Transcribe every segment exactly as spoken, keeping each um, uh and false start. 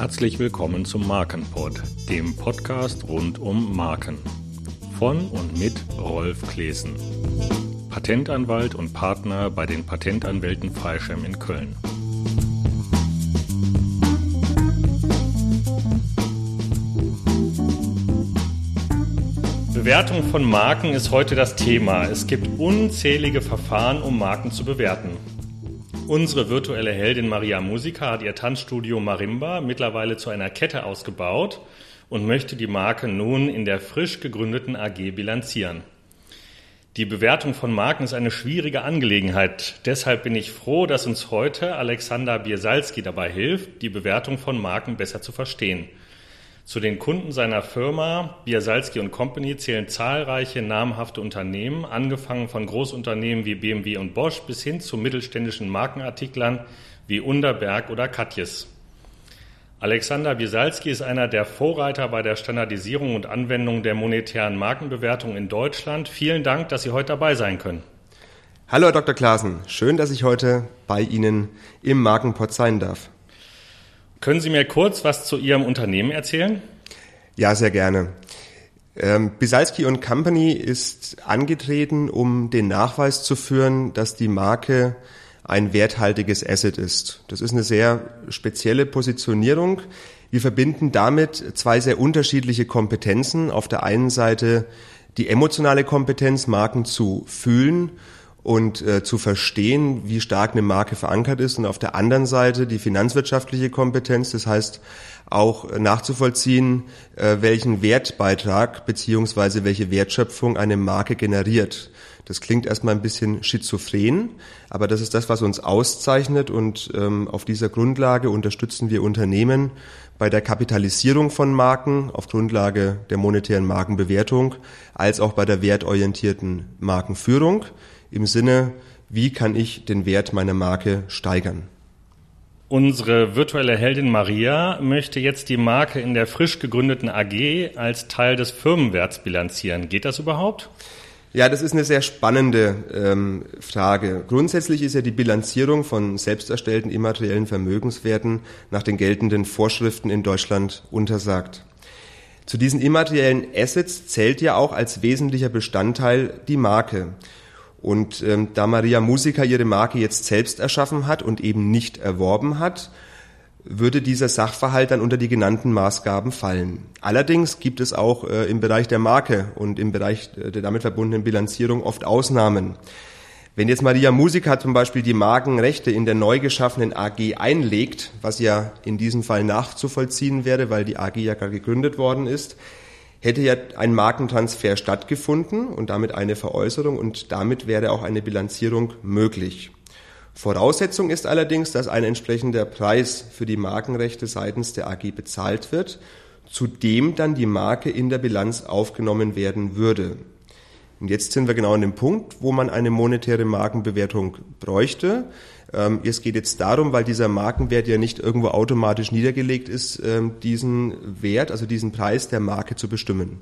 Herzlich willkommen zum Markenpod, dem Podcast rund um Marken. Von und mit Rolf Claessen, Patentanwalt und Partner bei den Patentanwälten Freischem in Köln. Bewertung von Marken ist heute das Thema. Es gibt unzählige Verfahren, um Marken zu bewerten. Unsere virtuelle Heldin Maria Musica hat ihr Tanzstudio Marimba mittlerweile zu einer Kette ausgebaut und möchte die Marke nun in der frisch gegründeten A G bilanzieren. Die Bewertung von Marken ist eine schwierige Angelegenheit. Deshalb bin ich froh, dass uns heute Alexander Biersalski dabei hilft, die Bewertung von Marken besser zu verstehen. Zu den Kunden seiner Firma Biersalski und Company zählen zahlreiche namhafte Unternehmen, angefangen von Großunternehmen wie B M W und Bosch bis hin zu mittelständischen Markenartiklern wie Underberg oder Katjes. Alexander Biersalski ist einer der Vorreiter bei der Standardisierung und Anwendung der monetären Markenbewertung in Deutschland. Vielen Dank, dass Sie heute dabei sein können. Hallo Herr Doktor Claessen, schön, dass ich heute bei Ihnen im Markenpod sein darf. Können Sie mir kurz was zu Ihrem Unternehmen erzählen? Ja, sehr gerne. Ähm, Biersalski und Company ist angetreten, um den Nachweis zu führen, dass die Marke ein werthaltiges Asset ist. Das ist eine sehr spezielle Positionierung. Wir verbinden damit zwei sehr unterschiedliche Kompetenzen. Auf der einen Seite die emotionale Kompetenz, Marken zu fühlen und äh, zu verstehen, wie stark eine Marke verankert ist, und auf der anderen Seite die finanzwirtschaftliche Kompetenz, das heißt auch äh, nachzuvollziehen, äh, welchen Wertbeitrag beziehungsweise welche Wertschöpfung eine Marke generiert. Das klingt erstmal ein bisschen schizophren, aber das ist das, was uns auszeichnet, und ähm, auf dieser Grundlage unterstützen wir Unternehmen bei der Kapitalisierung von Marken auf Grundlage der monetären Markenbewertung, als auch bei der wertorientierten Markenführung. Im Sinne, wie kann ich den Wert meiner Marke steigern? Unsere virtuelle Heldin Maria möchte jetzt die Marke in der frisch gegründeten A G als Teil des Firmenwerts bilanzieren. Geht das überhaupt? Ja, das ist eine sehr spannende ähm, Frage. Grundsätzlich ist ja die Bilanzierung von selbst erstellten immateriellen Vermögenswerten nach den geltenden Vorschriften in Deutschland untersagt. Zu diesen immateriellen Assets zählt ja auch als wesentlicher Bestandteil die Marke. Und ähm, da Maria Musica ihre Marke jetzt selbst erschaffen hat und eben nicht erworben hat, würde dieser Sachverhalt dann unter die genannten Maßgaben fallen. Allerdings gibt es auch äh, im Bereich der Marke und im Bereich der damit verbundenen Bilanzierung oft Ausnahmen. Wenn jetzt Maria Musica zum Beispiel die Markenrechte in der neu geschaffenen A G einlegt, was ja in diesem Fall nachzuvollziehen wäre, weil die A G ja gerade gegründet worden ist, hätte ja ein Markentransfer stattgefunden und damit eine Veräußerung, und damit wäre auch eine Bilanzierung möglich. Voraussetzung ist allerdings, dass ein entsprechender Preis für die Markenrechte seitens der A G bezahlt wird, zu dem dann die Marke in der Bilanz aufgenommen werden würde. Und jetzt sind wir genau an dem Punkt, wo man eine monetäre Markenbewertung bräuchte. Ähm, es geht jetzt darum, weil dieser Markenwert ja nicht irgendwo automatisch niedergelegt ist, ähm, diesen Wert, also diesen Preis der Marke zu bestimmen.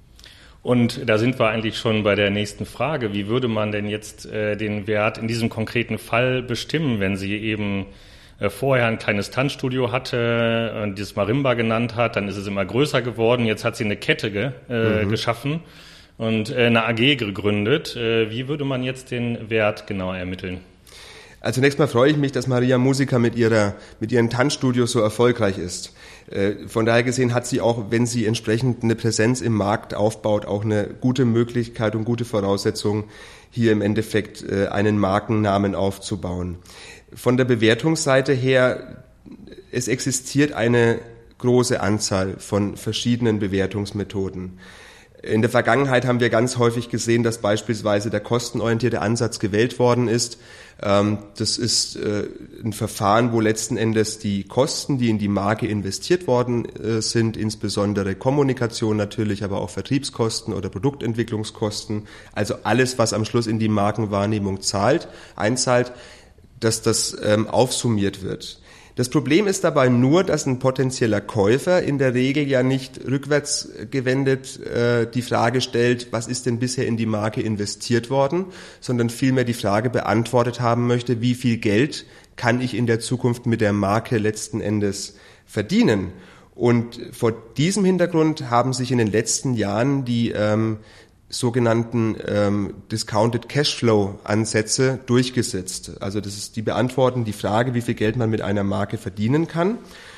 Und da sind wir eigentlich schon bei der nächsten Frage. Wie würde man denn jetzt äh, den Wert in diesem konkreten Fall bestimmen, wenn sie eben äh, vorher ein kleines Tanzstudio hatte und dieses Marimba genannt hat, dann ist es immer größer geworden, jetzt hat sie eine Kette ge, äh, mhm. geschaffen und äh, eine A G gegründet. Äh, wie würde man jetzt den Wert genau ermitteln? Also zunächst mal freue ich mich, dass Maria Musica mit ihrer, mit ihren Tanzstudios so erfolgreich ist. Von daher gesehen hat sie auch, wenn sie entsprechend eine Präsenz im Markt aufbaut, auch eine gute Möglichkeit und gute Voraussetzung, hier im Endeffekt einen Markennamen aufzubauen. Von der Bewertungsseite her, es existiert eine große Anzahl von verschiedenen Bewertungsmethoden. In der Vergangenheit haben wir ganz häufig gesehen, dass beispielsweise der kostenorientierte Ansatz gewählt worden ist. Das ist ein Verfahren, wo letzten Endes die Kosten, die in die Marke investiert worden sind, insbesondere Kommunikation natürlich, aber auch Vertriebskosten oder Produktentwicklungskosten, also alles, was am Schluss in die Markenwahrnehmung zahlt, einzahlt, dass das aufsummiert wird. Das Problem ist dabei nur, dass ein potenzieller Käufer in der Regel ja nicht rückwärts gewendet äh, die Frage stellt, was ist denn bisher in die Marke investiert worden, sondern vielmehr die Frage beantwortet haben möchte, wie viel Geld kann ich in der Zukunft mit der Marke letzten Endes verdienen. Und vor diesem Hintergrund haben sich in den letzten Jahren die ähm, sogenannten ähm, Discounted Cashflow-Ansätze durchgesetzt. Also das ist, die beantworten die Frage, wie viel Geld man mit einer Marke verdienen kann.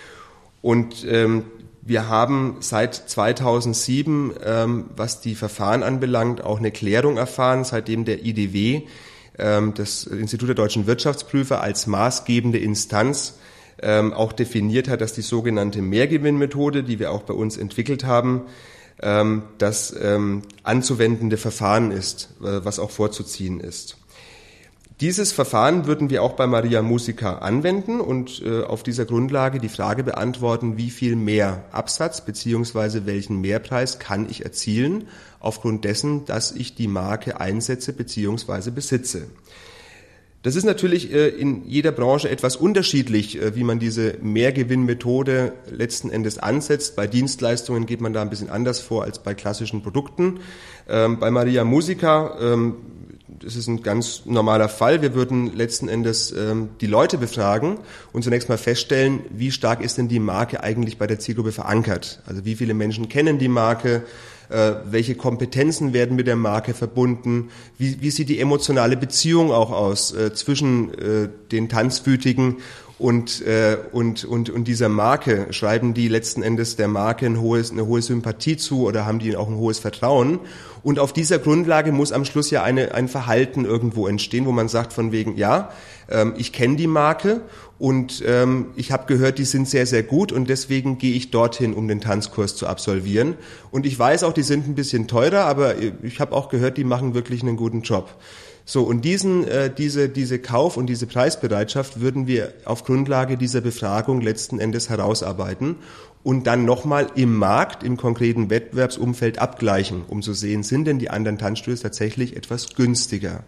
Und ähm, wir haben seit zweitausendsieben, ähm, was die Verfahren anbelangt, auch eine Klärung erfahren, seitdem der I D W, ähm, das Institut der Deutschen Wirtschaftsprüfer, als maßgebende Instanz ähm, auch definiert hat, dass die sogenannte Mehrgewinnmethode, die wir auch bei uns entwickelt haben, das ähm, anzuwendende Verfahren ist, äh, was auch vorzuziehen ist. Dieses Verfahren würden wir auch bei Maria Musica anwenden und äh, auf dieser Grundlage die Frage beantworten, wie viel mehr Absatz bzw. welchen Mehrpreis kann ich erzielen, aufgrund dessen, dass ich die Marke einsetze bzw. besitze. Das ist natürlich in jeder Branche etwas unterschiedlich, wie man diese Mehrgewinnmethode letzten Endes ansetzt. Bei Dienstleistungen geht man da ein bisschen anders vor als bei klassischen Produkten. Bei Maria Musica, das ist ein ganz normaler Fall. Wir würden letzten Endes die Leute befragen und zunächst mal feststellen, wie stark ist denn die Marke eigentlich bei der Zielgruppe verankert? Also wie viele Menschen kennen die Marke? Welche Kompetenzen werden mit der Marke verbunden? Wie, wie sieht die emotionale Beziehung auch aus äh, zwischen äh, den Tanzwütigen und, äh, und, und, und dieser Marke? Schreiben die letzten Endes der Marke ein hohes, eine hohe Sympathie zu oder haben die auch ein hohes Vertrauen? Und auf dieser Grundlage muss am Schluss ja eine, ein Verhalten irgendwo entstehen, wo man sagt von wegen, ja, ähm, ich kenne die Marke und ähm, ich habe gehört, die sind sehr, sehr gut und deswegen gehe ich dorthin, um den Tanzkurs zu absolvieren. Und ich weiß auch, die sind ein bisschen teurer, aber ich habe auch gehört, die machen wirklich einen guten Job. So, und diesen, äh, diese, diese Kauf- und diese Preisbereitschaft würden wir auf Grundlage dieser Befragung letzten Endes herausarbeiten und dann nochmal im Markt, im konkreten Wettbewerbsumfeld abgleichen, um zu sehen, sind denn die anderen Tanzstudios tatsächlich etwas günstiger.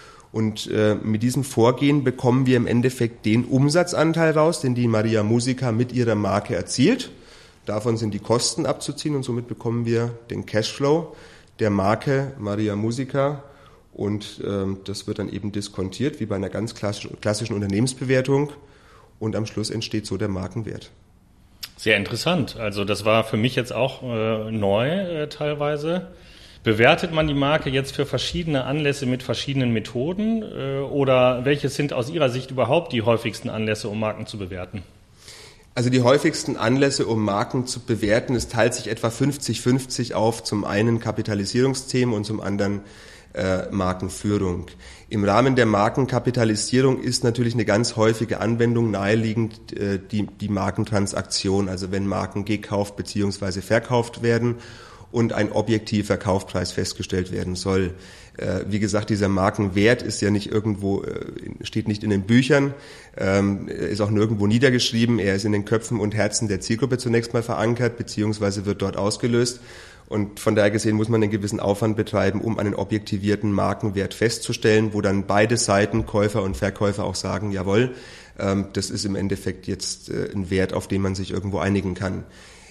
Und äh, mit diesem Vorgehen bekommen wir im Endeffekt den Umsatzanteil raus, den die Maria Musica mit ihrer Marke erzielt. Davon sind die Kosten abzuziehen und somit bekommen wir den Cashflow der Marke Maria Musica. Und ähm, das wird dann eben diskontiert, wie bei einer ganz klassischen, klassischen Unternehmensbewertung. Und am Schluss entsteht so der Markenwert. Sehr interessant. Also das war für mich jetzt auch äh, neu äh, teilweise. Bewertet man die Marke jetzt für verschiedene Anlässe mit verschiedenen Methoden äh, oder welche sind aus Ihrer Sicht überhaupt die häufigsten Anlässe, um Marken zu bewerten? Also die häufigsten Anlässe, um Marken zu bewerten, es teilt sich etwa fünfzig fünfzig auf, zum einen Kapitalisierungsthemen und zum anderen äh, Markenführung. Im Rahmen der Markenkapitalisierung ist natürlich eine ganz häufige Anwendung naheliegend äh, die, die Markentransaktion, also wenn Marken gekauft bzw. verkauft werden und ein objektiver Kaufpreis festgestellt werden soll. Äh, wie gesagt, dieser Markenwert ist ja nicht irgendwo, äh, steht nicht in den Büchern, ähm, ist auch nirgendwo niedergeschrieben. Er ist in den Köpfen und Herzen der Zielgruppe zunächst mal verankert, beziehungsweise wird dort ausgelöst. Und von daher gesehen muss man einen gewissen Aufwand betreiben, um einen objektivierten Markenwert festzustellen, wo dann beide Seiten, Käufer und Verkäufer, auch sagen, jawohl, ähm, das ist im Endeffekt jetzt äh, ein Wert, auf den man sich irgendwo einigen kann.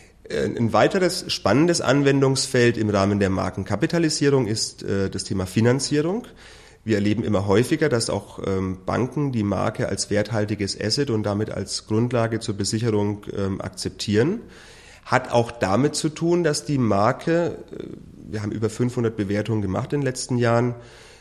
Ein weiteres spannendes Anwendungsfeld im Rahmen der Markenkapitalisierung ist äh, das Thema Finanzierung. Wir erleben immer häufiger, dass auch ähm, Banken die Marke als werthaltiges Asset und damit als Grundlage zur Besicherung ähm, akzeptieren. Hat auch damit zu tun, dass die Marke, äh, wir haben über fünfhundert Bewertungen gemacht in den letzten Jahren,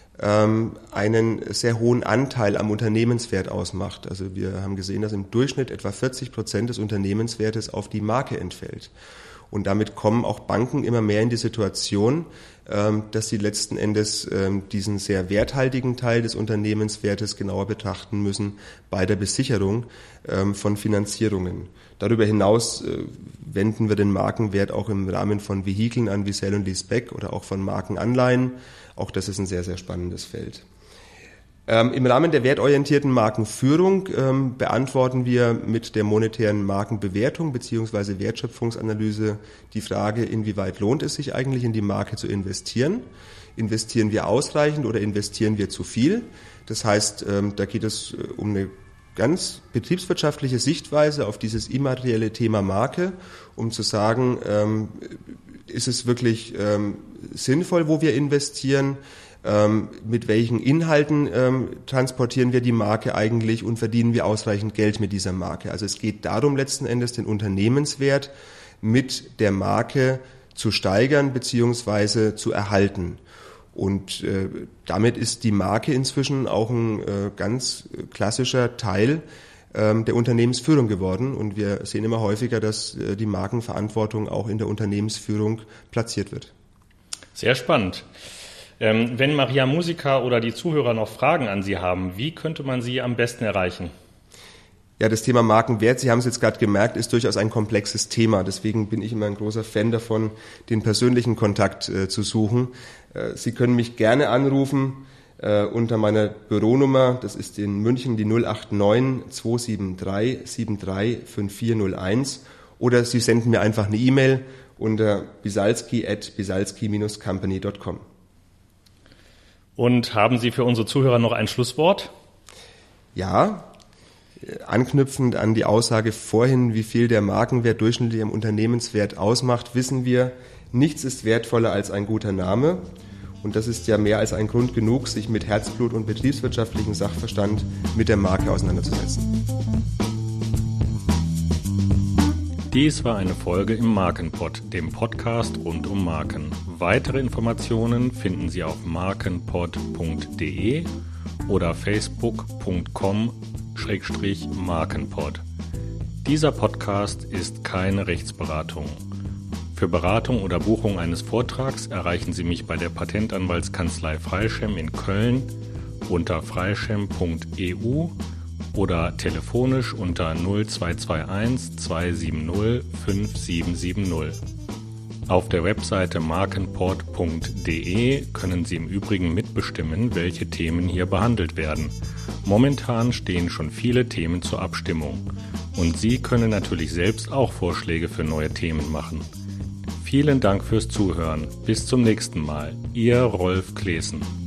ähm, einen sehr hohen Anteil am Unternehmenswert ausmacht. Also wir haben gesehen, dass im Durchschnitt etwa vierzig Prozent des Unternehmenswertes auf die Marke entfällt. Und damit kommen auch Banken immer mehr in die Situation, ähm, dass sie letzten Endes ähm, diesen sehr werthaltigen Teil des Unternehmenswertes genauer betrachten müssen bei der Besicherung ähm, von Finanzierungen. Darüber hinaus äh, wenden wir den Markenwert auch im Rahmen von Vehikeln an, wie Sell und Leaseback oder auch von Markenanleihen. Auch das ist ein sehr, sehr spannendes Feld. Ähm, Im Rahmen der wertorientierten Markenführung ähm, beantworten wir mit der monetären Markenbewertung bzw. Wertschöpfungsanalyse die Frage, inwieweit lohnt es sich eigentlich in die Marke zu investieren? Investieren wir ausreichend oder investieren wir zu viel? Das heißt, ähm, da geht es um eine ganz betriebswirtschaftliche Sichtweise auf dieses immaterielle Thema Marke, um zu sagen, ähm, ist es wirklich ähm, sinnvoll, wo wir investieren, ähm, mit welchen Inhalten ähm, transportieren wir die Marke eigentlich und verdienen wir ausreichend Geld mit dieser Marke. Also es geht darum, letzten Endes den Unternehmenswert mit der Marke zu steigern bzw. zu erhalten. Und äh, damit ist die Marke inzwischen auch ein äh, ganz klassischer Teil ähm, der Unternehmensführung geworden. Und wir sehen immer häufiger, dass äh, die Markenverantwortung auch in der Unternehmensführung platziert wird. Sehr spannend. Ähm, wenn Maria Musica oder die Zuhörer noch Fragen an Sie haben, wie könnte man Sie am besten erreichen? Ja, das Thema Markenwert, Sie haben es jetzt gerade gemerkt, ist durchaus ein komplexes Thema. Deswegen bin ich immer ein großer Fan davon, den persönlichen Kontakt äh, zu suchen. Äh, Sie können mich gerne anrufen äh, unter meiner Büronummer. Das ist in München die null acht neun zwei sieben drei sieben drei fünf vier null eins. Oder Sie senden mir einfach eine E-Mail unter bisalski at bisalski dash company dot com. Und haben Sie für unsere Zuhörer noch ein Schlusswort? Ja, anknüpfend an die Aussage vorhin, wie viel der Markenwert durchschnittlich am Unternehmenswert ausmacht, wissen wir, nichts ist wertvoller als ein guter Name. Und das ist ja mehr als ein Grund genug, sich mit Herzblut und betriebswirtschaftlichem Sachverstand mit der Marke auseinanderzusetzen. Dies war eine Folge im Markenpod, dem Podcast rund um Marken. Weitere Informationen finden Sie auf markenpod punkt de oder facebook punkt com Schrägstrich Markenpod. Dieser Podcast ist keine Rechtsberatung. Für Beratung oder Buchung eines Vortrags erreichen Sie mich bei der Patentanwaltskanzlei Freischem in Köln unter freischem punkt e u oder telefonisch unter null zwei zwei eins zwei sieben null fünf sieben sieben null. Auf der Webseite markenpod punkt de können Sie im Übrigen mitbestimmen, welche Themen hier behandelt werden. Momentan stehen schon viele Themen zur Abstimmung. Und Sie können natürlich selbst auch Vorschläge für neue Themen machen. Vielen Dank fürs Zuhören. Bis zum nächsten Mal. Ihr Rolf Klesen.